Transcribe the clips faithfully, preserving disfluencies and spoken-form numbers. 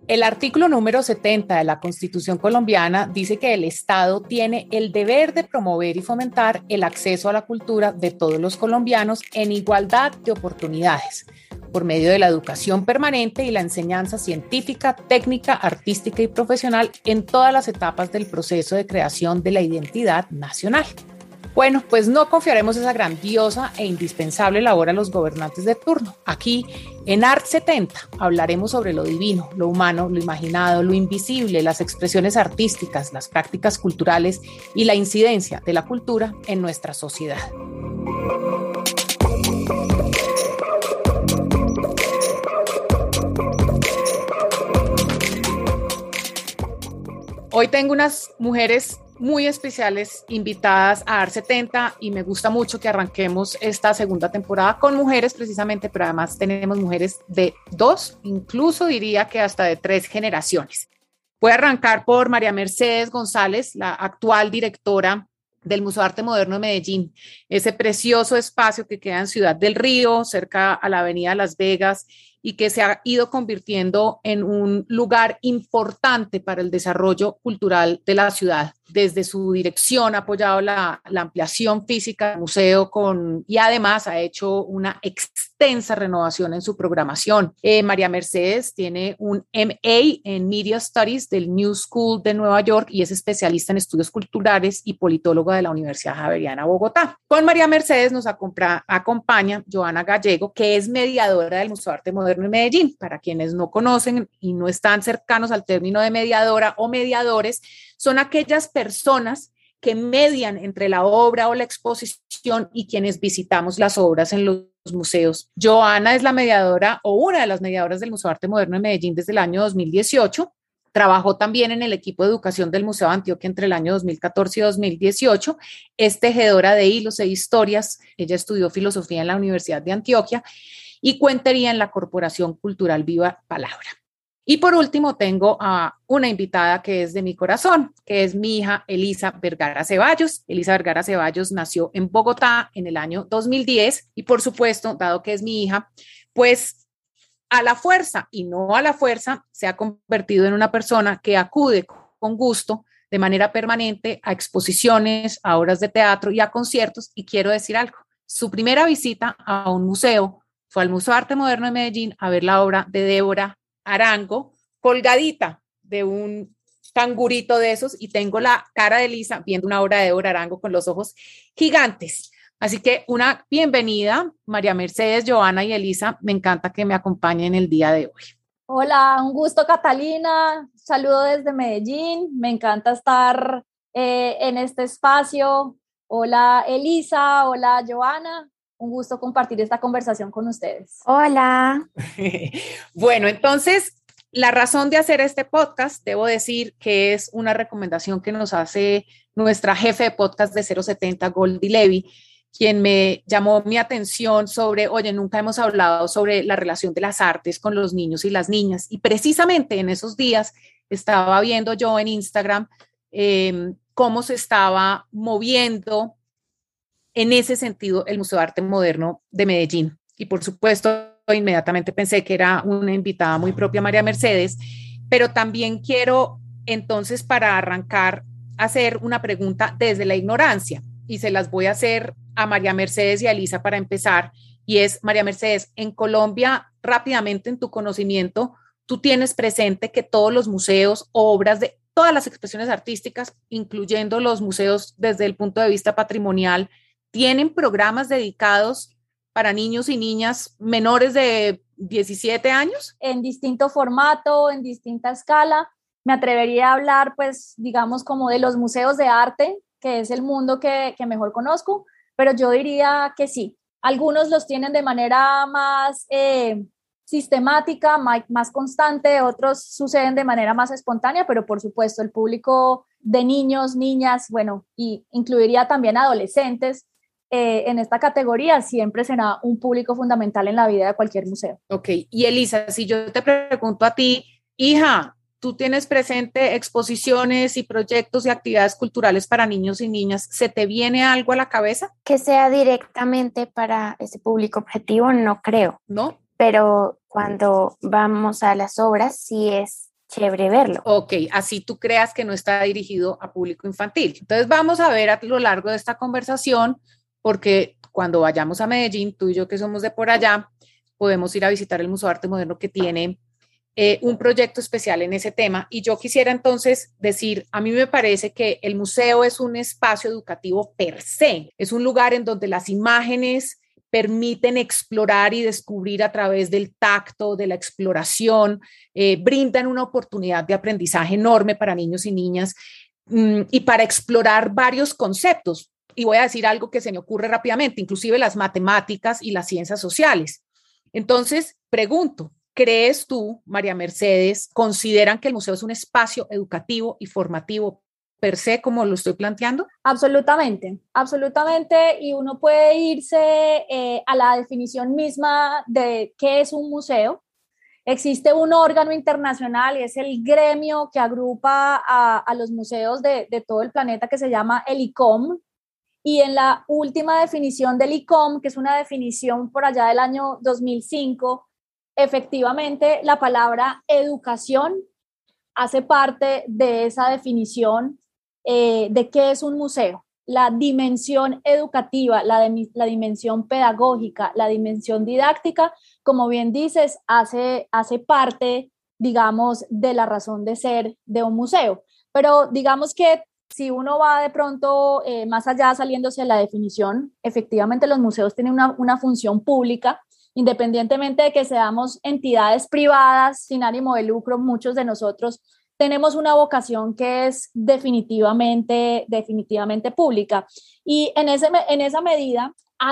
El artículo número setenta de la Constitución colombiana dice que el Estado tiene el deber de promover y fomentar el acceso a la cultura de todos los colombianos en igualdad de oportunidades, por medio de la educación permanente y la enseñanza científica, técnica, artística y profesional en todas las etapas del proceso de creación de la identidad nacional. Bueno, pues no confiaremos esa grandiosa e indispensable labor a los gobernantes de turno. Aquí, en Art setenta, hablaremos sobre lo divino, lo humano, lo imaginado, lo invisible, las expresiones artísticas, las prácticas culturales y la incidencia de la cultura en nuestra sociedad. Hoy tengo unas mujeres muy especiales invitadas a Art setenta y me gusta mucho que arranquemos esta segunda temporada con mujeres precisamente, pero además tenemos mujeres de dos, incluso diría que hasta de tres generaciones. Voy a arrancar por María Mercedes González, la actual directora del Museo de Arte Moderno de Medellín, ese precioso espacio que queda en Ciudad del Río, cerca a la avenida Las Vegas, y que se ha ido convirtiendo en un lugar importante para el desarrollo cultural de la ciudad. Desde su dirección ha apoyado la, la ampliación física del museo con, y además ha hecho una extensa renovación en su programación. Eh, María Mercedes tiene un M A en Media Studies del New School de Nueva York y es especialista en estudios culturales y politóloga de la Universidad Javeriana Bogotá. Con María Mercedes nos acompaña, acompaña Joana Gallego, que es mediadora del Museo de Arte Moderno en Medellín. Para quienes no conocen y no están cercanos al término de mediadora o mediadores, son aquellas personas que median entre la obra o la exposición y quienes visitamos las obras en los museos. Joana es la mediadora o una de las mediadoras del Museo de Arte Moderno de Medellín desde el año dos mil dieciocho. Trabajó también en el equipo de educación del Museo de Antioquia entre el año dos mil catorce y dos mil dieciocho. Es tejedora de hilos e historias. Ella estudió filosofía en la Universidad de Antioquia y cuentería en la Corporación Cultural Viva Palabra. Y por último tengo a una invitada que es de mi corazón, que es mi hija Elisa Vergara Ceballos. Elisa Vergara Ceballos nació en Bogotá en el año dos mil diez y por supuesto, dado que es mi hija, pues a la fuerza y no a la fuerza se ha convertido en una persona que acude con gusto de manera permanente a exposiciones, a obras de teatro y a conciertos. Y quiero decir algo, su primera visita a un museo fue al Museo de Arte Moderno de Medellín a ver la obra de Débora Arango, colgadita de un cangurito de esos, y tengo la cara de Elisa viendo una obra de Débora Arango con los ojos gigantes. Así que una bienvenida, María Mercedes, Joana y Elisa. Me encanta que me acompañen el día de hoy. Hola, un gusto, Catalina. Saludo desde Medellín. Me encanta estar eh, en este espacio. Hola, Elisa. Hola, Joana. Un gusto compartir esta conversación con ustedes. Hola. Bueno, entonces, la razón de hacer este podcast, debo decir que es una recomendación que nos hace nuestra jefe de podcast de cero setenta, Goldie Levy, quien me llamó mi atención sobre, oye, nunca hemos hablado sobre la relación de las artes con los niños y las niñas. Y precisamente en esos días estaba viendo yo en Instagram eh, cómo se estaba moviendo en ese sentido el Museo de Arte Moderno de Medellín. Y por supuesto, inmediatamente pensé que era una invitada muy propia, María Mercedes, pero también quiero entonces, para arrancar, hacer una pregunta desde la ignorancia, y se las voy a hacer a María Mercedes y a Elisa para empezar, y es, María Mercedes, en Colombia, rápidamente en tu conocimiento, tú tienes presente que todos los museos, obras de todas las expresiones artísticas, incluyendo los museos desde el punto de vista patrimonial, tienen programas dedicados para niños y niñas menores de diecisiete años? En distinto formato, en distinta escala. Me atrevería a hablar, pues, digamos, como de los museos de arte, que es el mundo que, que mejor conozco, pero yo diría que sí. Algunos los tienen de manera más eh, sistemática, más, más constante, otros suceden de manera más espontánea, pero por supuesto el público de niños, niñas, bueno, y incluiría también adolescentes, Eh, en esta categoría siempre será un público fundamental en la vida de cualquier museo. Ok, y Elisa, si yo te pregunto a ti, hija, ¿tú tienes presente exposiciones y proyectos y actividades culturales para niños y niñas? ¿Se te viene algo a la cabeza? Que sea directamente para ese público objetivo, no creo. ¿No? Pero cuando vamos a las obras, sí es chévere verlo. Ok, así tú creas que no está dirigido a público infantil. Entonces vamos a ver a lo largo de esta conversación, porque cuando vayamos a Medellín, tú y yo que somos de por allá, podemos ir a visitar el Museo de Arte Moderno que tiene eh, un proyecto especial en ese tema. Y yo quisiera entonces decir, a mí me parece que el museo es un espacio educativo per se, es un lugar en donde las imágenes permiten explorar y descubrir a través del tacto, de la exploración, eh, brindan una oportunidad de aprendizaje enorme para niños y niñas mmm, y para explorar varios conceptos. Y voy a decir algo que se me ocurre rápidamente, inclusive las matemáticas y las ciencias sociales. Entonces, pregunto, ¿crees tú, María Mercedes, consideran que el museo es un espacio educativo y formativo per se, como lo estoy planteando? Absolutamente, absolutamente, y uno puede irse eh, a la definición misma de qué es un museo. Existe un órgano internacional y es el gremio que agrupa a, a los museos de, de todo el planeta que se llama el I C O M, y en la última definición del I C O M, que es una definición por allá del año dos mil cinco, efectivamente la palabra educación hace parte de esa definición eh, de qué es un museo. La dimensión educativa, la, de, la dimensión pedagógica, la dimensión didáctica, como bien dices, hace, hace parte, digamos, de la razón de ser de un museo. Pero digamos que si uno va de pronto eh, más allá, saliéndose de la definición, efectivamente los museos tienen una, una función pública, independientemente de que seamos entidades privadas sin ánimo de lucro, muchos de nosotros tenemos una vocación que es definitivamente, definitivamente pública. Y en, ese, en esa medida,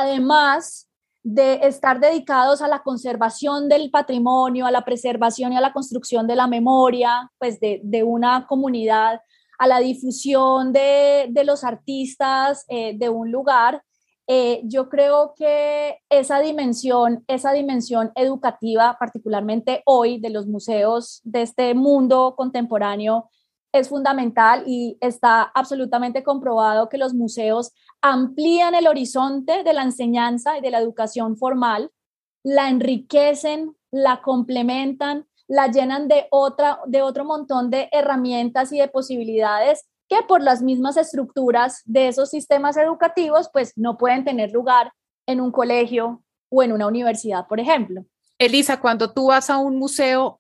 además de estar dedicados a la conservación del patrimonio, a la preservación y a la construcción de la memoria, pues de, de una comunidad, a la difusión de, de los artistas eh, de un lugar, eh, yo creo que esa dimensión, esa dimensión educativa, particularmente hoy de los museos de este mundo contemporáneo, es fundamental y está absolutamente comprobado que los museos amplían el horizonte de la enseñanza y de la educación formal, la enriquecen, la complementan, la llenan de, otra, de otro montón de herramientas y de posibilidades que por las mismas estructuras de esos sistemas educativos, pues no pueden tener lugar en un colegio o en una universidad, por ejemplo. Elisa, cuando tú vas a un museo,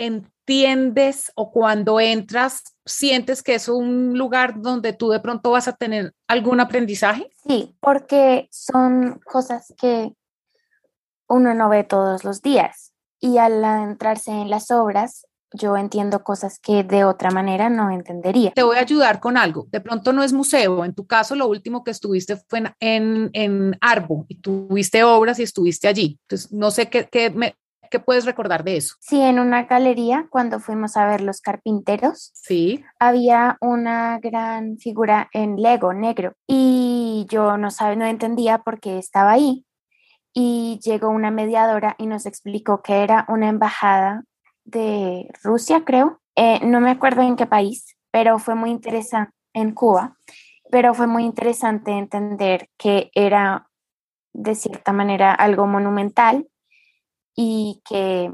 ¿entiendes o cuando entras, sientes que es un lugar donde tú de pronto vas a tener algún aprendizaje? Sí, porque son cosas que uno no ve todos los días y al adentrarse en las obras, yo entiendo cosas que de otra manera no entendería. Te voy a ayudar con algo. De pronto no es museo. En tu caso, lo último que estuviste fue en, en, en Arbo y tuviste obras y estuviste allí. Entonces, no sé qué, qué, me, qué puedes recordar de eso. Sí, en una galería, cuando fuimos a ver Los Carpinteros, sí, había una gran figura en Lego negro y yo no, sabe, no entendía por qué estaba ahí. Y llegó una mediadora y nos explicó que era una embajada de Rusia, creo, eh, no me acuerdo en qué país, pero fue muy interesante, en Cuba, pero fue muy interesante entender que era de cierta manera algo monumental y que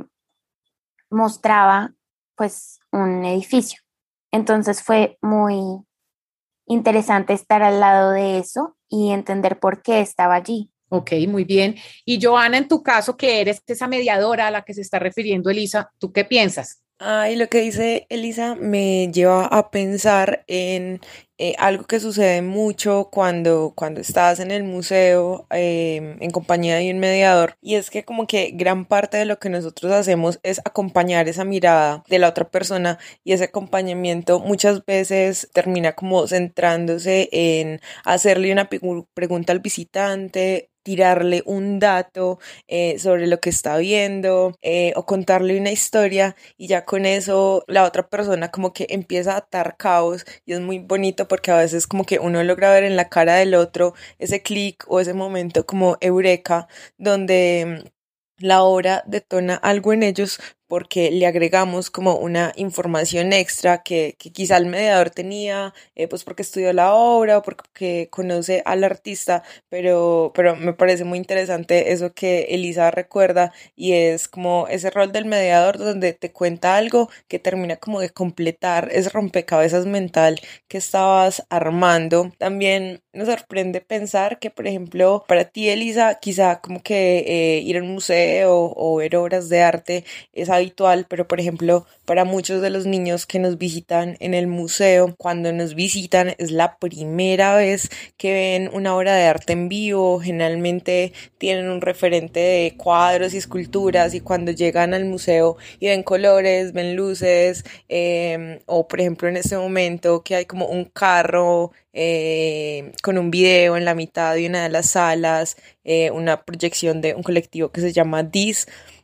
mostraba pues un edificio. Entonces fue muy interesante estar al lado de eso y entender por qué estaba allí. Ok, muy bien. Y Joana, en tu caso, que eres esa mediadora a la que se está refiriendo Elisa, ¿tú qué piensas? Ay, lo que dice Elisa me lleva a pensar en eh, algo que sucede mucho cuando, cuando estás en el museo eh, en compañía de un mediador, y es que como que gran parte de lo que nosotros hacemos es acompañar esa mirada de la otra persona, y ese acompañamiento muchas veces termina como centrándose en hacerle una pregunta al visitante, tirarle un dato eh, sobre lo que está viendo eh, o contarle una historia, y ya con eso la otra persona como que empieza a atar cabos, y es muy bonito porque a veces como que uno logra ver en la cara del otro ese clic o ese momento como eureka donde la obra detona algo en ellos, porque le agregamos como una información extra que, que quizá el mediador tenía, eh, pues porque estudió la obra o porque conoce al artista, pero, pero me parece muy interesante eso que Elisa recuerda, y es como ese rol del mediador donde te cuenta algo que termina como de completar ese rompecabezas mental que estabas armando. También nos sorprende pensar que, por ejemplo, para ti, Elisa, quizá como que eh, ir a un museo o ver obras de arte es habitual, pero por ejemplo, para muchos de los niños que nos visitan en el museo, cuando nos visitan es la primera vez que ven una obra de arte en vivo. Generalmente tienen un referente de cuadros y esculturas, y cuando llegan al museo y ven colores, ven luces, eh, o por ejemplo en este momento que hay como un carro eh, con un video en la mitad de una de las salas, eh, una proyección de un colectivo que se llama Dis,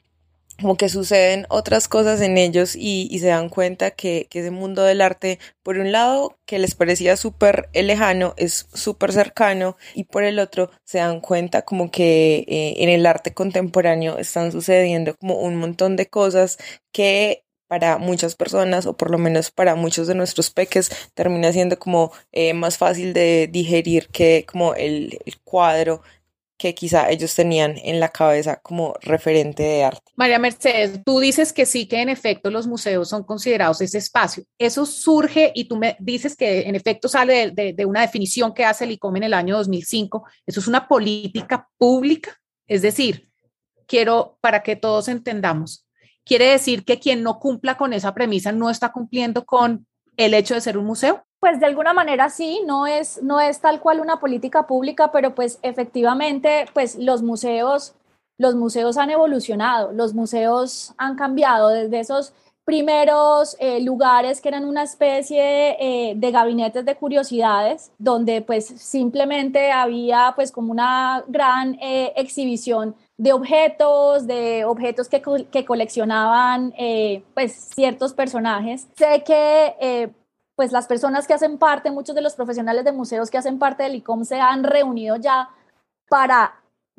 como que suceden otras cosas en ellos, y, y se dan cuenta que, que ese mundo del arte, por un lado, que les parecía súper lejano, es súper cercano, y por el otro, se dan cuenta como que eh, en el arte contemporáneo están sucediendo como un montón de cosas que para muchas personas, o por lo menos para muchos de nuestros peques, termina siendo como eh, más fácil de digerir que como el, el cuadro que quizá ellos tenían en la cabeza como referente de arte. María Mercedes, tú dices que sí, que en efecto los museos son considerados ese espacio. Eso surge, y tú me dices que en efecto sale de, de, de una definición que hace el ICOM en el año dos mil cinco. Eso es una política pública. Es decir, quiero, para que todos entendamos, quiere decir que quien no cumpla con esa premisa no está cumpliendo con el hecho de ser un museo. Pues de alguna manera sí, no es, no es tal cual una política pública, pero pues efectivamente pues los museos, los museos han evolucionado, los museos han cambiado desde esos primeros eh, lugares que eran una especie eh, de gabinetes de curiosidades, donde pues simplemente había pues como una gran eh, exhibición de objetos, de objetos que, que coleccionaban eh, pues ciertos personajes. Sé que eh, pues las personas que hacen parte, muchos de los profesionales de museos que hacen parte del ICOM se han reunido ya para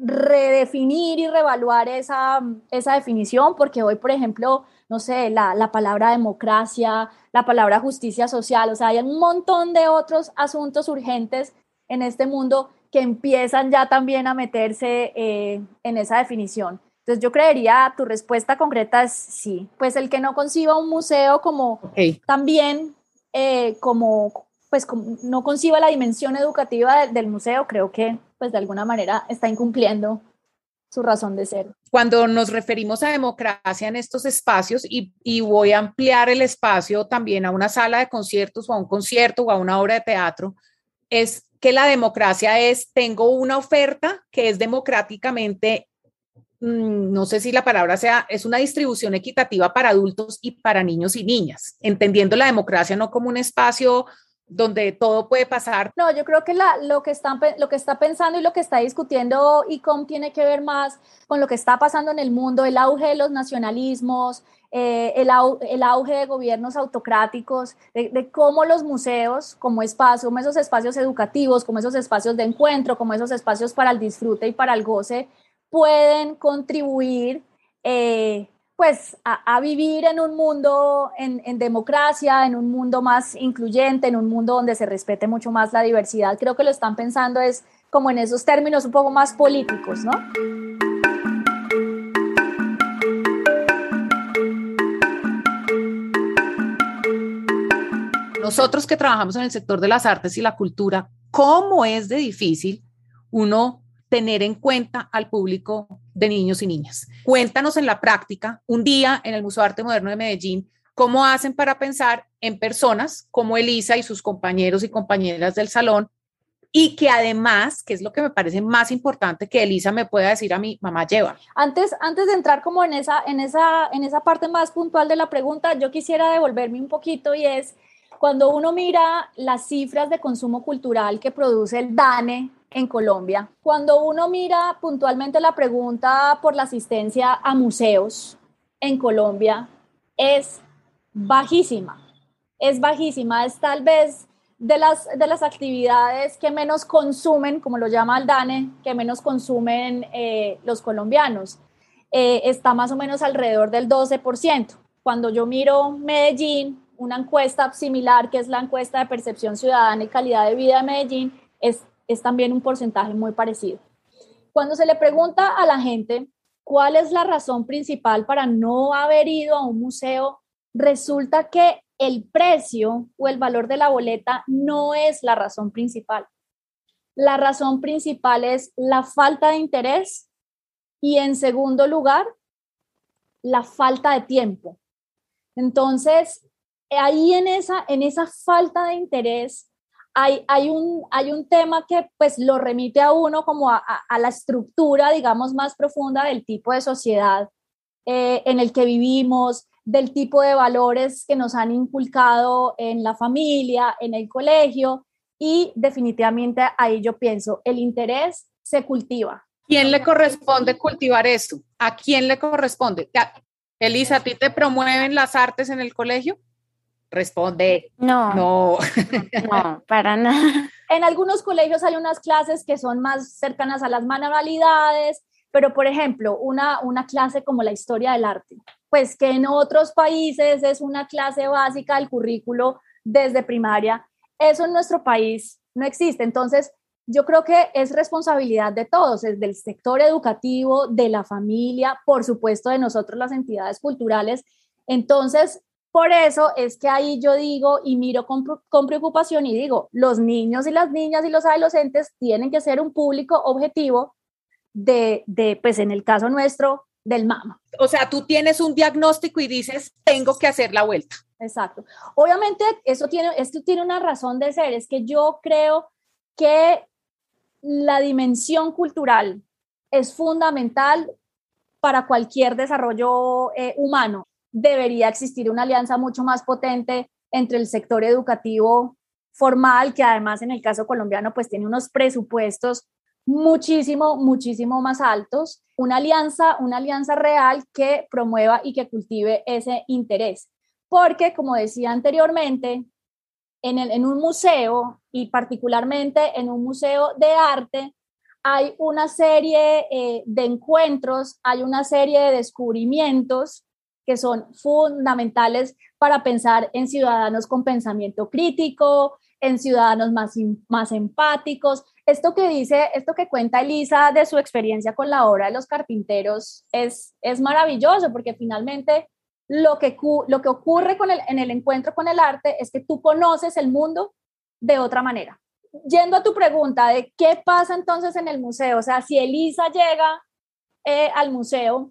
redefinir y reevaluar esa, esa definición, porque hoy, por ejemplo, no sé, la, la palabra democracia, la palabra justicia social, o sea, hay un montón de otros asuntos urgentes en este mundo que empiezan ya también a meterse eh, en esa definición. Entonces yo creería, tu respuesta concreta es sí, pues el que no conciba un museo como okay. también Eh, como, pues, como no conciba la dimensión educativa de, del museo, creo que pues de alguna manera está incumpliendo su razón de ser. Cuando nos referimos a democracia en estos espacios, y, y voy a ampliar el espacio también a una sala de conciertos o a un concierto o a una obra de teatro, es que la democracia es, tengo una oferta que es democráticamente, no sé si la palabra sea, es una distribución equitativa para adultos y para niños y niñas, entendiendo la democracia no como un espacio donde todo puede pasar. No, yo creo que la, lo, que están, lo que está pensando y lo que está discutiendo ICOM tiene que ver más con lo que está pasando en el mundo, el auge de los nacionalismos, eh, el, au, el auge de gobiernos autocráticos, de, de cómo los museos como espacio, como esos espacios educativos, como esos espacios de encuentro, como esos espacios para el disfrute y para el goce, pueden contribuir eh, pues a, a vivir en un mundo en, en democracia, en un mundo más incluyente, en un mundo donde se respete mucho más la diversidad. Creo que lo están pensando es como en esos términos un poco más políticos, ¿no? Nosotros que trabajamos en el sector de las artes y la cultura, ¿cómo es de difícil uno tener en cuenta al público de niños y niñas? Cuéntanos en la práctica, un día en el Museo de Arte Moderno de Medellín, ¿cómo hacen para pensar en personas como Elisa y sus compañeros y compañeras del salón? Y que además, que es lo que me parece más importante, que Elisa me pueda decir a mi mamá, lleva. Antes, antes de entrar como en esa, en, esa, en esa parte más puntual de la pregunta, yo quisiera devolverme un poquito, y es cuando uno mira las cifras de consumo cultural que produce el DANE en Colombia, cuando uno mira puntualmente la pregunta por la asistencia a museos en Colombia, es bajísima, es bajísima, es tal vez de las, de las actividades que menos consumen, como lo llama el DANE, que menos consumen eh, los colombianos. eh, está más o menos alrededor del doce por ciento. Cuando yo miro Medellín, una encuesta similar, que es la encuesta de percepción ciudadana y calidad de vida de Medellín, es, es también un porcentaje muy parecido. Cuando se le pregunta a la gente cuál es la razón principal para no haber ido a un museo, resulta que el precio o el valor de la boleta no es la razón principal. La razón principal es la falta de interés y, en segundo lugar, la falta de tiempo. Entonces, ahí en esa, en esa falta de interés hay, hay, un, hay un tema que pues lo remite a uno como a, a, a la estructura, digamos, más profunda del tipo de sociedad eh, en el que vivimos, del tipo de valores que nos han inculcado en la familia, en el colegio, y definitivamente ahí yo pienso, el interés se cultiva. ¿Quién le corresponde cultivar esto? ¿A quién le corresponde? Elisa, ¿a ti te promueven las artes en el colegio? Responde. No, no, no, para nada. En algunos colegios hay unas clases que son más cercanas a las manualidades, pero por ejemplo, una, una clase como la historia del arte, pues que en otros países es una clase básica del currículo desde primaria, eso en nuestro país no existe. Entonces, yo creo que es responsabilidad de todos, es del sector educativo, de la familia, por supuesto de nosotros las entidades culturales. Entonces, por eso es que ahí yo digo y miro con, con preocupación y digo, los niños y las niñas y los adolescentes tienen que ser un público objetivo de, de pues en el caso nuestro, del MAMA. O sea, tú tienes un diagnóstico y dices, tengo que hacer la vuelta. Exacto. Obviamente, eso tiene, esto tiene una razón de ser, es que yo creo que la dimensión cultural es fundamental para cualquier desarrollo eh, humano. Debería existir una alianza mucho más potente entre el sector educativo formal, que además en el caso colombiano pues tiene unos presupuestos muchísimo, muchísimo más altos, una alianza, una alianza real que promueva y que cultive ese interés. Porque, como decía anteriormente, en, el, en un museo, y particularmente en un museo de arte, hay una serie eh, de encuentros, hay una serie de descubrimientos que son fundamentales para pensar en ciudadanos con pensamiento crítico, en ciudadanos más, más empáticos. Esto que dice, esto que cuenta Elisa de su experiencia con la obra de los carpinteros es, es maravilloso, porque finalmente lo que, lo que ocurre con el, en el encuentro con el arte es que tú conoces el mundo de otra manera. Yendo a tu pregunta de qué pasa entonces en el museo, o sea, si Elisa llega eh, al museo,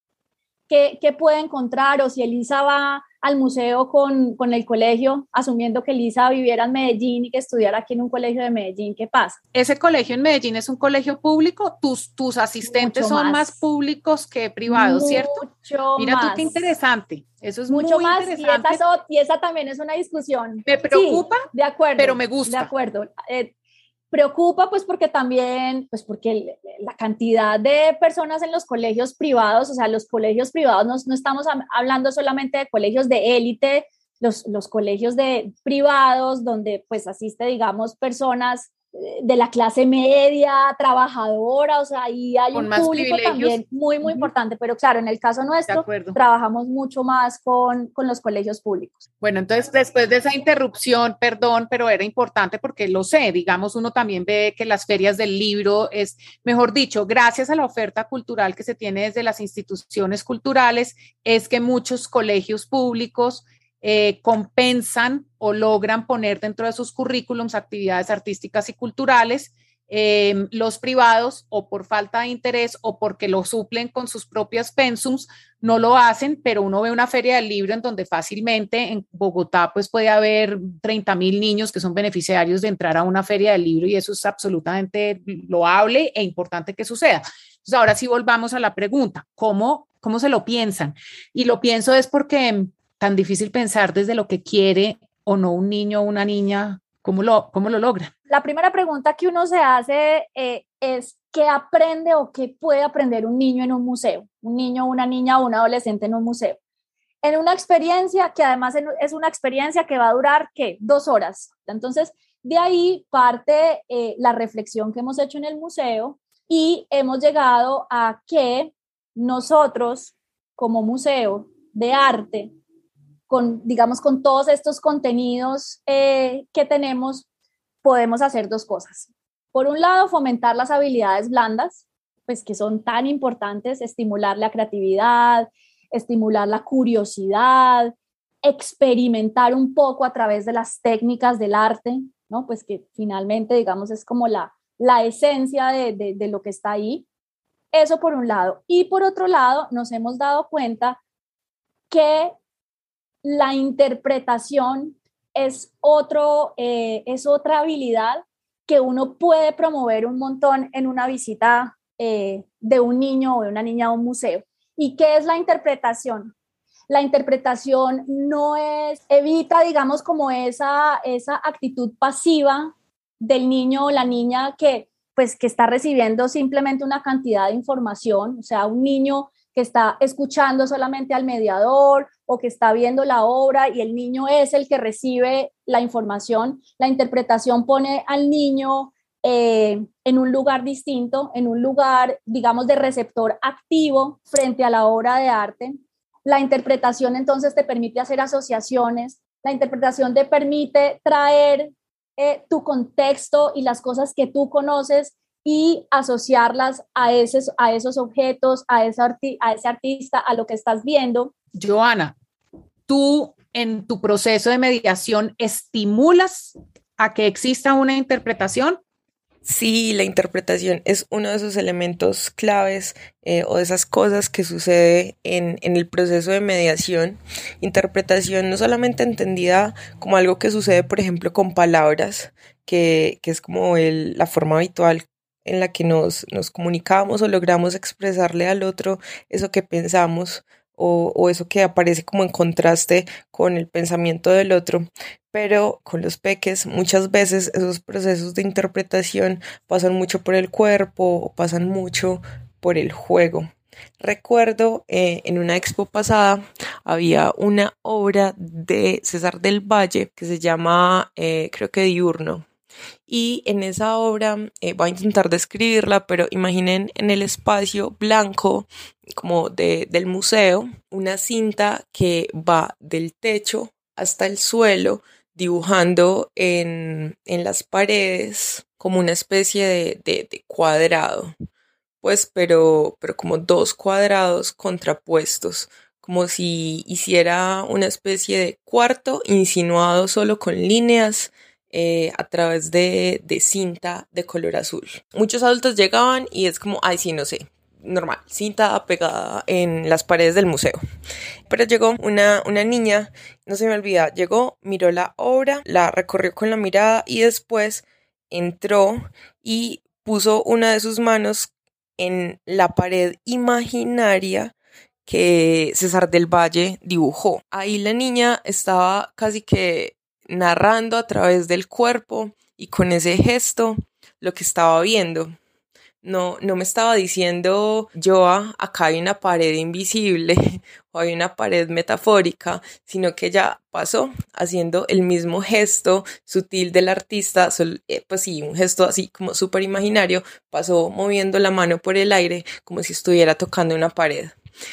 ¿qué, qué puede encontrar? O si Elisa va al museo con, con el colegio, asumiendo que Elisa viviera en Medellín y que estudiara aquí en un colegio de Medellín, ¿qué pasa? Ese colegio en Medellín es un colegio público, tus, tus asistentes Mucho son más. más públicos que privados, Mucho ¿cierto? Mira más. tú qué interesante, eso es Mucho muy más, interesante. Y esa, y esa también es una discusión. Me preocupa, sí, de acuerdo, pero me gusta. De acuerdo. Eh, preocupa pues porque también, pues porque la cantidad de personas en los colegios privados, o sea, los colegios privados, no, no estamos hablando solamente de colegios de élite, los, los colegios de privados donde pues asiste, digamos, personas de la clase media, trabajadora, o sea, ahí hay con un más público también muy, muy uh-huh. importante, pero claro, en el caso nuestro, trabajamos mucho más con, con los colegios públicos. Bueno, entonces, después de esa interrupción, perdón, pero era importante porque lo sé, digamos, uno también ve que las ferias del libro es, mejor dicho, gracias a la oferta cultural que se tiene desde las instituciones culturales, es que muchos colegios públicos Eh, compensan o logran poner dentro de sus currículums actividades artísticas y culturales. Eh, los privados, o por falta de interés o porque lo suplen con sus propias pensums, no lo hacen, pero uno ve una feria del libro en donde fácilmente en Bogotá pues puede haber treinta mil niños que son beneficiarios de entrar a una feria del libro, y eso es absolutamente loable e importante que suceda. Entonces, ahora sí volvamos a la pregunta, ¿cómo, cómo se lo piensan? Y lo pienso es porque tan difícil pensar desde lo que quiere o no un niño o una niña, ¿cómo lo, cómo lo logra? La primera pregunta que uno se hace eh, es ¿qué aprende o qué puede aprender un niño en un museo? Un niño, una niña o un adolescente en un museo. En una experiencia que además es una experiencia que va a durar, ¿qué? Dos horas. Entonces, de ahí parte eh, la reflexión que hemos hecho en el museo y hemos llegado a que nosotros como museo de arte, con, digamos, con todos estos contenidos eh, que tenemos, podemos hacer dos cosas. Por un lado, fomentar las habilidades blandas, pues que son tan importantes, estimular la creatividad, estimular la curiosidad, experimentar un poco a través de las técnicas del arte, ¿no? Pues que finalmente, digamos, es como la, la esencia de, de, de lo que está ahí. Eso por un lado. Y por otro lado, nos hemos dado cuenta que la interpretación es, otro, eh, es otra habilidad que uno puede promover un montón en una visita eh, de un niño o de una niña a un museo. ¿Y qué es la interpretación? La interpretación no es, evita, digamos, como esa, esa actitud pasiva del niño o la niña que, pues, que está recibiendo simplemente una cantidad de información, o sea, un niño que está escuchando solamente al mediador o que está viendo la obra y el niño es el que recibe la información. La interpretación pone al niño eh, en un lugar distinto, en un lugar, digamos, de receptor activo frente a la obra de arte. La interpretación entonces te permite hacer asociaciones, la interpretación te permite traer eh, tu contexto y las cosas que tú conoces y asociarlas a, ese, a esos objetos, a, ese arti a ese artista, a lo que estás viendo. Joana, tú en tu proceso de mediación estimulas a que exista una interpretación. Sí, la interpretación es uno de esos elementos claves eh, o de esas cosas que sucede en, en el proceso de mediación. Interpretación no solamente entendida como algo que sucede, por ejemplo, con palabras, que, que es como el, la forma habitual en la que nos, nos comunicamos o logramos expresarle al otro eso que pensamos o, o eso que aparece como en contraste con el pensamiento del otro. Pero con los peques muchas veces esos procesos de interpretación pasan mucho por el cuerpo o pasan mucho por el juego. Recuerdo eh, en una expo pasada había una obra de César del Valle que se llama, eh, creo que Diurno. Y en esa obra, eh, voy a intentar describirla, pero imaginen en el espacio blanco como de, del museo, una cinta que va del techo hasta el suelo, dibujando en, en las paredes como una especie de, de, de cuadrado, pues pero, pero como dos cuadrados contrapuestos, como si hiciera una especie de cuarto insinuado solo con líneas eh, a través de, de cinta de color azul. Muchos adultos llegaban y es como, ay sí, no sé, normal, cinta pegada en las paredes del museo. Pero llegó una, una niña, no se me olvida, llegó, miró la obra, la recorrió con la mirada y después entró y puso una de sus manos en la pared imaginaria que César del Valle dibujó. Ahí la niña estaba casi que narrando a través del cuerpo y con ese gesto lo que estaba viendo. No, no me estaba diciendo, Joa, acá hay una pared invisible o hay una pared metafórica, sino que ella pasó haciendo el mismo gesto sutil del artista, sol, eh, pues sí, un gesto así como súper imaginario, pasó moviendo la mano por el aire como si estuviera tocando una pared.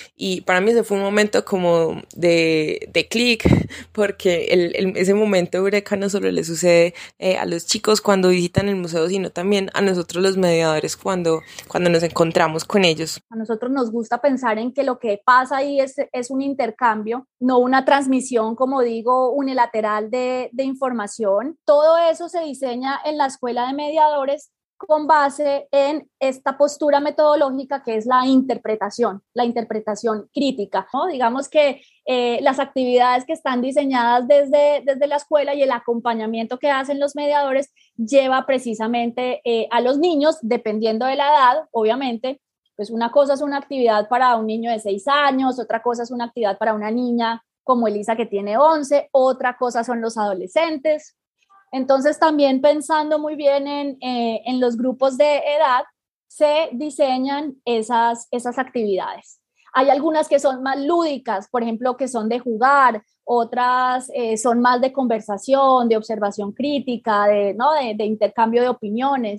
Y para mí ese fue un momento como de, de clic, porque el, el, ese momento eureka no solo le sucede eh, a los chicos cuando visitan el museo, sino también a nosotros los mediadores cuando, cuando nos encontramos con ellos. A nosotros nos gusta pensar en que lo que pasa ahí es, es un intercambio, no una transmisión, como digo, unilateral de, de información. Todo eso se diseña en la Escuela de Mediadores con base en esta postura metodológica que es la interpretación, la interpretación crítica, ¿no? Digamos que eh, las actividades que están diseñadas desde, desde la escuela y el acompañamiento que hacen los mediadores lleva precisamente eh, a los niños, dependiendo de la edad, obviamente, pues una cosa es una actividad para un niño de seis años, otra cosa es una actividad para una niña como Elisa que tiene once, otra cosa son los adolescentes. Entonces, también pensando muy bien en, eh, en los grupos de edad, se diseñan esas, esas actividades. Hay algunas que son más lúdicas, por ejemplo, que son de jugar, otras eh, son más de conversación, de observación crítica, de, ¿no? de, de intercambio de opiniones.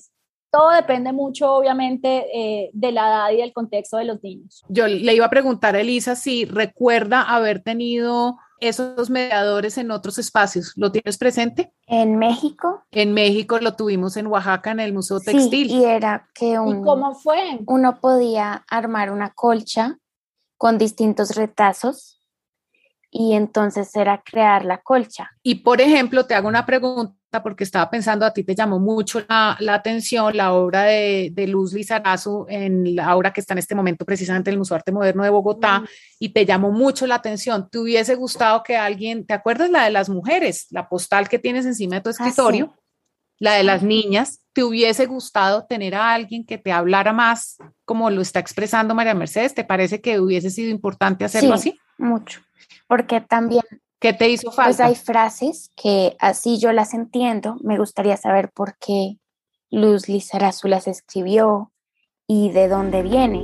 todo depende mucho, obviamente, eh, de la edad y del contexto de los niños. Yo le iba a preguntar a Elisa si recuerda haber tenido esos mediadores en otros espacios. ¿Lo tienes presente? En México. En México lo tuvimos en Oaxaca, en el Museo Sí, Textil. y era que un, ¿Y cómo fue? uno podía armar una colcha con distintos retazos y entonces era crear la colcha. Y por ejemplo, te hago una pregunta porque estaba pensando, a ti te llamó mucho la, la atención la obra de, de Luz Lizarazu, en la obra que está en este momento precisamente en el Museo de Arte Moderno de Bogotá, mm. y te llamó mucho la atención. ¿Te hubiese gustado que alguien, te acuerdas la de las mujeres, la postal que tienes encima de tu escritorio? Ah, sí. La de las niñas, ¿te hubiese gustado tener a alguien que te hablara más como lo está expresando María Mercedes? ¿Te parece que hubiese sido importante hacerlo sí, así? Mucho, porque también... ¿Qué te hizo falta? Pues hay frases que así yo las entiendo, me gustaría saber por qué Luz Lizarazu las escribió y de dónde viene.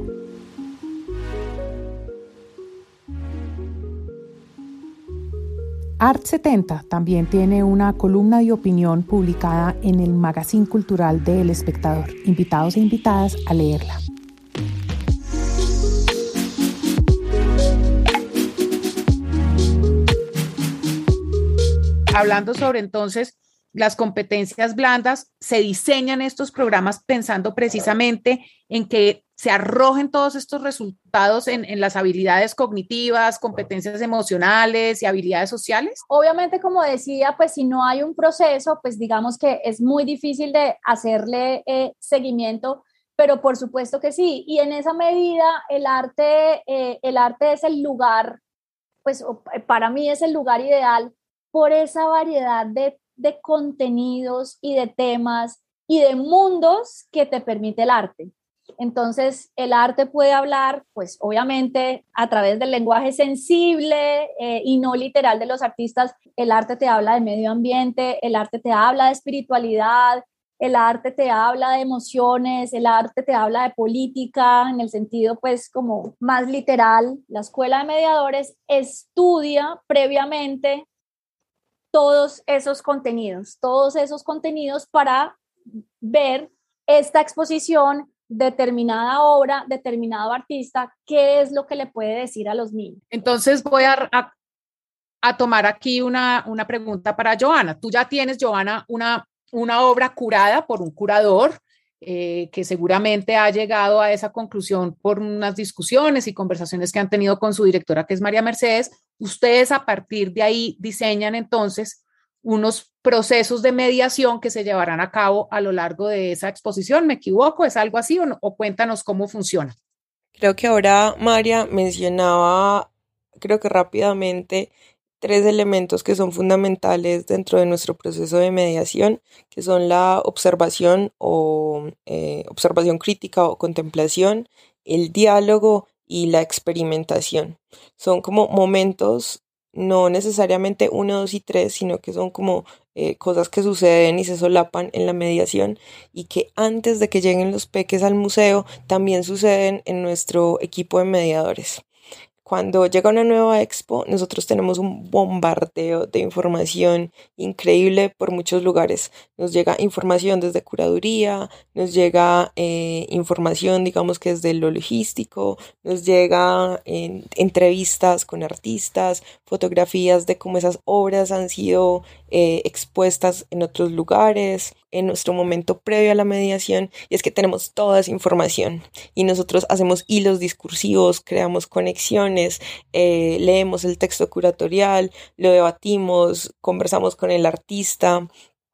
Art setenta también tiene una columna de opinión publicada en el Magazine Cultural de El Espectador. Invitados e invitadas a leerla. Hablando sobre entonces las competencias blandas, se diseñan estos programas pensando precisamente en que se arrojen todos estos resultados en, en las habilidades cognitivas, competencias emocionales y habilidades sociales. Obviamente, como decía, pues si no hay un proceso, pues digamos que es muy difícil de hacerle eh, seguimiento, pero por supuesto que sí. Y en esa medida el arte, eh, el arte es el lugar, pues para mí es el lugar ideal por esa variedad de, de contenidos y de temas y de mundos que te permite el arte. Entonces, el arte puede hablar, pues obviamente, a través del lenguaje sensible eh, y no literal de los artistas. El arte te habla de medio ambiente, el arte te habla de espiritualidad, el arte te habla de emociones, el arte te habla de política, en el sentido, pues, como más literal. La Escuela de Mediadores estudia previamente todos esos contenidos, todos esos contenidos para ver esta exposición, determinada obra, determinado artista, qué es lo que le puede decir a los niños. Entonces voy a, a, a tomar aquí una, una pregunta para Joana. Tú ya tienes, Joana, una, una obra curada por un curador eh, que seguramente ha llegado a esa conclusión por unas discusiones y conversaciones que han tenido con su directora, que es María Mercedes. Ustedes a partir de ahí diseñan entonces unos procesos de mediación que se llevarán a cabo a lo largo de esa exposición. ¿Me equivoco? ¿Es algo así o, no? O cuéntanos cómo funciona? Creo que ahora María mencionaba, creo que rápidamente, tres elementos que son fundamentales dentro de nuestro proceso de mediación, que son la observación o eh, observación crítica o contemplación, el diálogo y la experimentación. Son como momentos, no necesariamente uno, dos y tres, sino que son como eh, cosas que suceden y se solapan en la mediación y que antes de que lleguen los peques al museo también suceden en nuestro equipo de mediadores. Cuando llega una nueva expo, nosotros tenemos un bombardeo de información increíble por muchos lugares. Nos llega información desde curaduría, nos llega eh, información, digamos que desde lo logístico, nos llega en, entrevistas con artistas, fotografías de cómo esas obras han sido eh, expuestas en otros lugares, en nuestro momento previo a la mediación, y es que tenemos toda esa información y nosotros hacemos hilos discursivos, creamos conexiones, eh, leemos el texto curatorial, lo debatimos, conversamos con el artista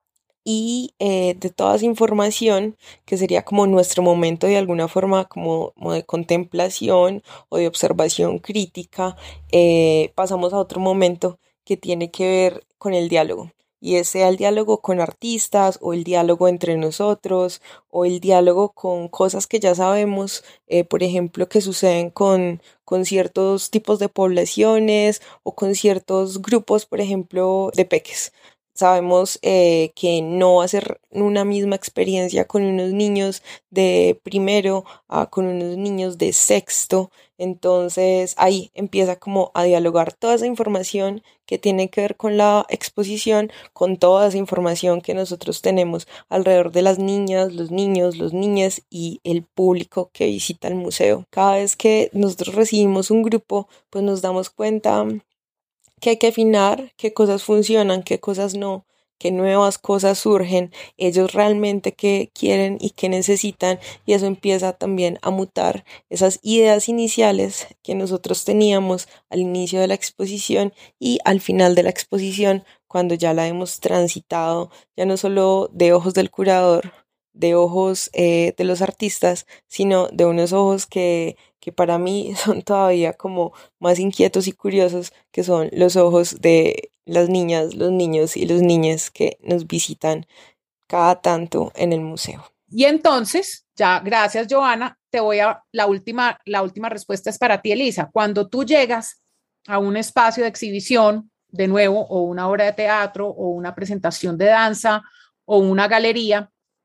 y eh, de toda esa información que sería como nuestro momento de alguna forma como, como de contemplación o de observación crítica, eh, pasamos a otro momento que tiene que ver con el diálogo. Y ese sea el diálogo con artistas o el diálogo entre nosotros o el diálogo con cosas que ya sabemos, eh, por ejemplo, que suceden con, con ciertos tipos de poblaciones o con ciertos grupos, por ejemplo, de peques. sabemos eh, que no va a ser una misma experiencia con unos niños de primero a con unos niños de sexto. Entonces ahí empieza como a dialogar toda esa información que tiene que ver con la exposición, con toda esa información que nosotros tenemos alrededor de las niñas, los niños, los niñas y el público que visita el museo. Cada vez que nosotros recibimos un grupo, pues nos damos cuenta que hay que afinar qué cosas funcionan, qué cosas no, qué nuevas cosas surgen, ellos realmente qué quieren y qué necesitan, y eso empieza también a mutar esas ideas iniciales que nosotros teníamos al inicio de la exposición y al final de la exposición, cuando ya la hemos transitado, ya no solo de ojos del curador, de ojos eh, de los artistas, sino de unos ojos que, que para mí son todavía como más inquietos y curiosos, que son los ojos de las niñas, los niños y los niñas que nos visitan cada tanto en el museo. Y entonces, ya, gracias Joana, te voy a, la última, la última respuesta es para ti, Elisa. Cuando tú llegas a un espacio de exhibición, de nuevo, o una obra de teatro, o una presentación de danza, o una galería,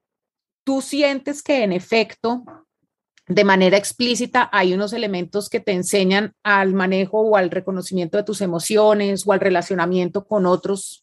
tú sientes que en efecto, de manera explícita, hay unos elementos que te enseñan al manejo o al reconocimiento de tus emociones o al relacionamiento con otros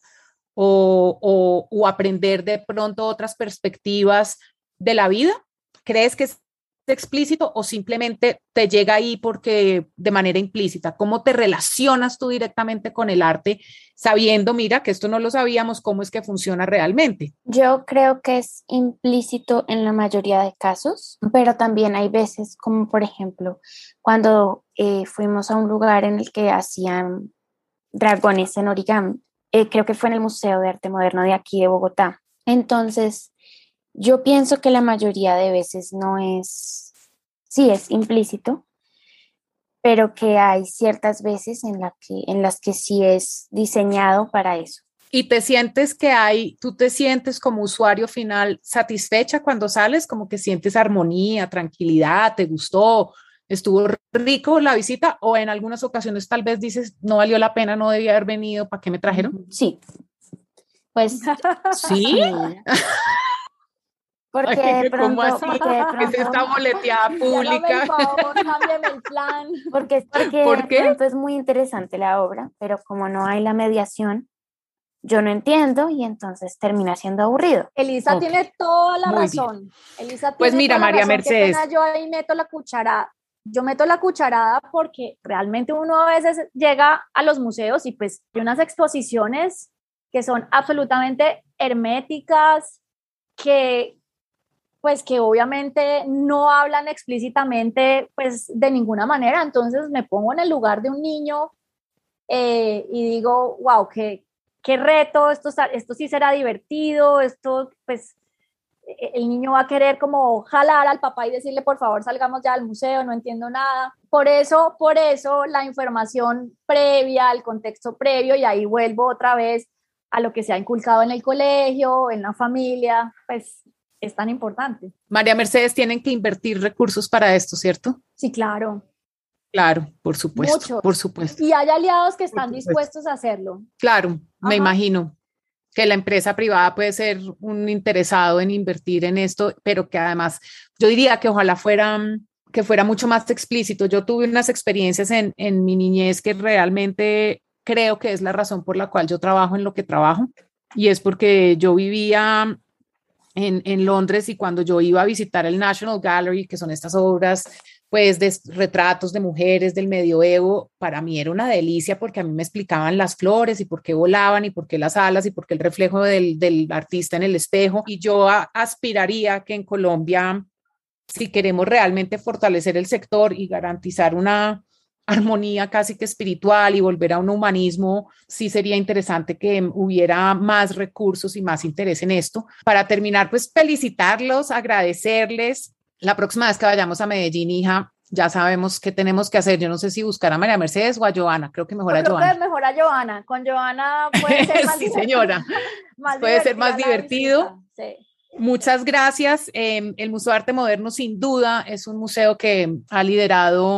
o, o, o aprender de pronto otras perspectivas de la vida. ¿Crees que es explícito o simplemente te llega ahí porque de manera implícita? ¿Cómo te relacionas tú directamente con el arte sabiendo, mira, que esto no lo sabíamos, cómo es que funciona realmente? Yo creo que es implícito en la mayoría de casos, pero también hay veces, como por ejemplo, cuando eh, fuimos a un lugar en el que hacían dragones en origami, eh, creo que fue en el Museo de Arte Moderno de aquí de Bogotá. Entonces, yo pienso que la mayoría de veces no es, sí es implícito, pero que hay ciertas veces en, la que, en las que sí es diseñado para eso. ¿Y te sientes que hay, tú te sientes como usuario final satisfecha cuando sales, como que sientes armonía, tranquilidad, te gustó, estuvo rico la visita, o en algunas ocasiones tal vez dices, no valió la pena, no debía haber venido, ¿para qué me trajeron? Sí, pues sí. Porque Ay, de pronto, ¿cómo así? porque de pronto, es esta boleteada pública. Por favor, cámbiame el plan. Porque, porque ¿Por qué? de pronto es muy interesante la obra, pero como no hay la mediación, yo no entiendo y entonces termina siendo aburrido. Elisa Okay. tiene toda la Muy razón. Elisa tiene pues mira, toda la María razón. Mercedes. Qué pena, yo ahí meto la cucharada. Yo meto la cucharada porque realmente uno a veces llega a los museos y pues hay unas exposiciones que son absolutamente herméticas, que pues que obviamente no hablan explícitamente pues de ninguna manera. Entonces me pongo en el lugar de un niño eh, y digo, wow, qué, qué reto, esto, esto sí será divertido, esto pues el niño va a querer como jalar al papá y decirle por favor salgamos ya al museo, no entiendo nada. Por eso, por eso la información previa, el contexto previo, y ahí vuelvo otra vez a lo que se ha inculcado en el colegio, en la familia, pues es tan importante. María Mercedes, tienen que invertir recursos para esto, ¿cierto? Sí, claro. Claro, por supuesto, Muchos. por supuesto. Y hay aliados que están dispuestos a hacerlo. Claro, Ajá. Me imagino que la empresa privada puede ser un interesado en invertir en esto, pero que además yo diría que ojalá fuera, que fuera mucho más explícito. Yo tuve unas experiencias en, en mi niñez que realmente creo que es la razón por la cual yo trabajo en lo que trabajo, y es porque yo vivía en, en Londres, y cuando yo iba a visitar el National Gallery, que son estas obras pues de retratos de mujeres del medioevo, para mí era una delicia porque a mí me explicaban las flores y por qué volaban y por qué las alas y por qué el reflejo del, del artista en el espejo. Y yo a, aspiraría que en Colombia, si queremos realmente fortalecer el sector y garantizar una armonía casi que espiritual y volver a un humanismo, sí sería interesante que hubiera más recursos y más interés en esto. Para terminar, pues felicitarlos, agradecerles. La próxima vez que vayamos a Medellín, hija, ya sabemos qué tenemos que hacer. Yo no sé si buscar a María Mercedes o a Joana. Creo que mejor Yo a creo Joana. que mejor a Joana. Con Joana puede ser más sí, señora. más puede ser más divertido. Sí. Muchas gracias. Eh, el Museo de Arte Moderno, sin duda, es un museo que ha liderado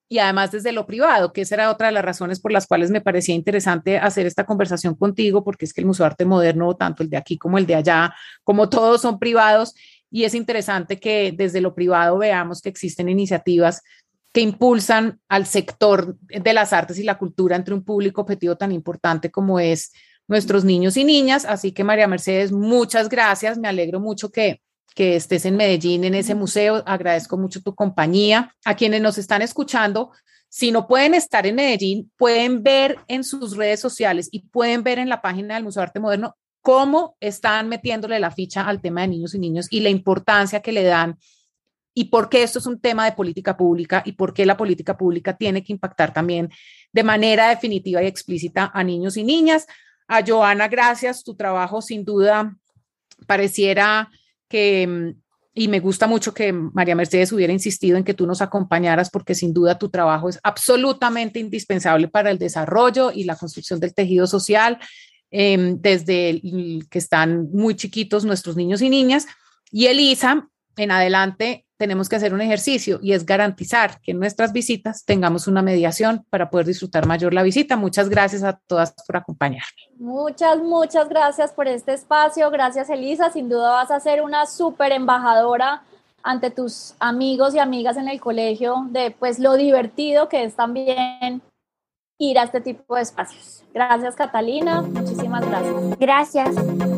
y además desde lo privado, que esa era otra de las razones por las cuales me parecía interesante hacer esta conversación contigo, porque es que el Museo de Arte Moderno, tanto el de aquí como el de allá, como todos son privados, y es interesante que desde lo privado veamos que existen iniciativas que impulsan al sector de las artes y la cultura entre un público objetivo tan importante como es nuestros niños y niñas. Así que María Mercedes, muchas gracias, me alegro mucho que que estés en Medellín, en ese museo. Agradezco mucho tu compañía. A quienes nos están escuchando, si no pueden estar en Medellín, pueden ver en sus redes sociales y pueden ver en la página del Museo de Arte Moderno cómo están metiéndole la ficha al tema de niños y niños y la importancia que le dan y por qué esto es un tema de política pública y por qué la política pública tiene que impactar también de manera definitiva y explícita a niños y niñas. A Joana, gracias. Tu trabajo sin duda pareciera que, y me gusta mucho que María Mercedes hubiera insistido en que tú nos acompañaras, porque sin duda tu trabajo es absolutamente indispensable para el desarrollo y la construcción del tejido social, eh, desde el, que están muy chiquitos nuestros niños y niñas. Y Elisa, en adelante tenemos que hacer un ejercicio y es garantizar que en nuestras visitas tengamos una mediación para poder disfrutar mayor la visita. Muchas gracias a todas por acompañarme. Muchas, muchas gracias por este espacio. Gracias, Elisa. Sin duda vas a ser una súper embajadora ante tus amigos y amigas en el colegio de pues lo divertido que es también ir a este tipo de espacios. Gracias, Catalina. Muchísimas gracias. Gracias.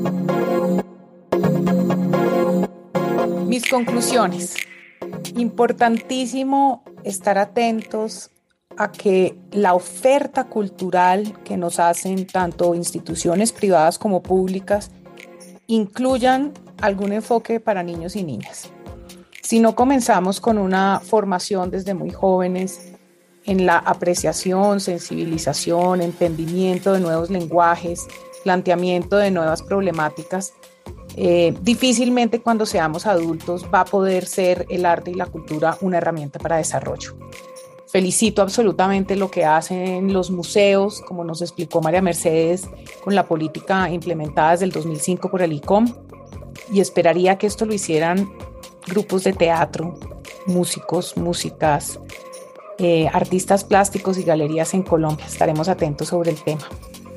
Mis conclusiones. Importantísimo estar atentos a que la oferta cultural que nos hacen tanto instituciones privadas como públicas incluyan algún enfoque para niños y niñas. Si no comenzamos con una formación desde muy jóvenes en la apreciación, sensibilización, entendimiento de nuevos lenguajes, planteamiento de nuevas problemáticas, Eh, difícilmente cuando seamos adultos va a poder ser el arte y la cultura una herramienta para desarrollo. Felicito absolutamente lo que hacen los museos, como nos explicó María Mercedes, con la política implementada desde el dos mil cinco por el I C O M, y esperaría que esto lo hicieran grupos de teatro, músicos, músicas, eh, artistas plásticos y galerías en Colombia. Estaremos atentos sobre el tema.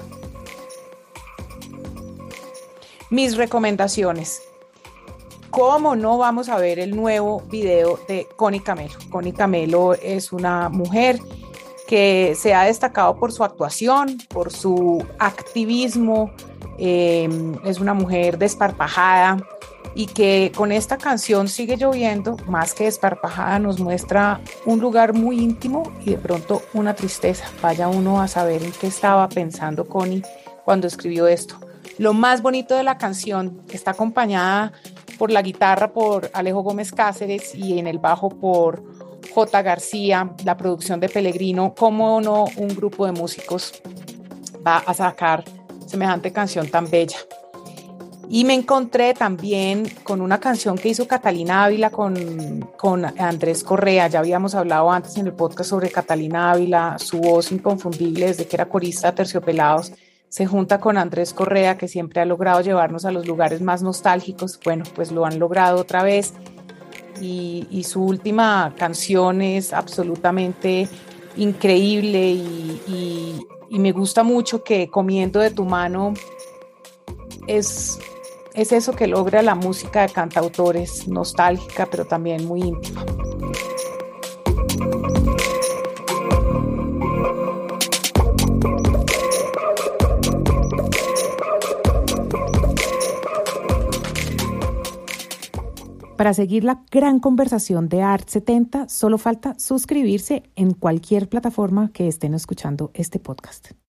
Mis recomendaciones. ¿Cómo no vamos a ver el nuevo video de Connie Camelo? Connie Camelo es una mujer que se ha destacado por su actuación, por su activismo, eh, es una mujer desparpajada y que con esta canción Sigue Lloviendo, más que desparpajada, nos muestra un lugar muy íntimo y de pronto una tristeza. Vaya uno a saber en qué estaba pensando Connie cuando escribió esto. Lo más bonito de la canción, que está acompañada por la guitarra por Alejo Gómez Cáceres y en el bajo por J. García, la producción de Pellegrino, cómo no un grupo de músicos va a sacar semejante canción tan bella. Y me encontré también con una canción que hizo Catalina Ávila con, con Andrés Correa. Ya habíamos hablado antes en el podcast sobre Catalina Ávila, su voz inconfundible desde que era corista de Terciopelados. Se junta con Andrés Correa, que siempre ha logrado llevarnos a los lugares más nostálgicos. Bueno, pues lo han logrado otra vez. Y, y su última canción es absolutamente increíble y, y, y me gusta mucho que Comiendo de tu mano es, es eso que logra la música de cantautores, nostálgica, pero también muy íntima. Para seguir la gran conversación de Art setenta, solo falta suscribirse en cualquier plataforma que estén escuchando este podcast.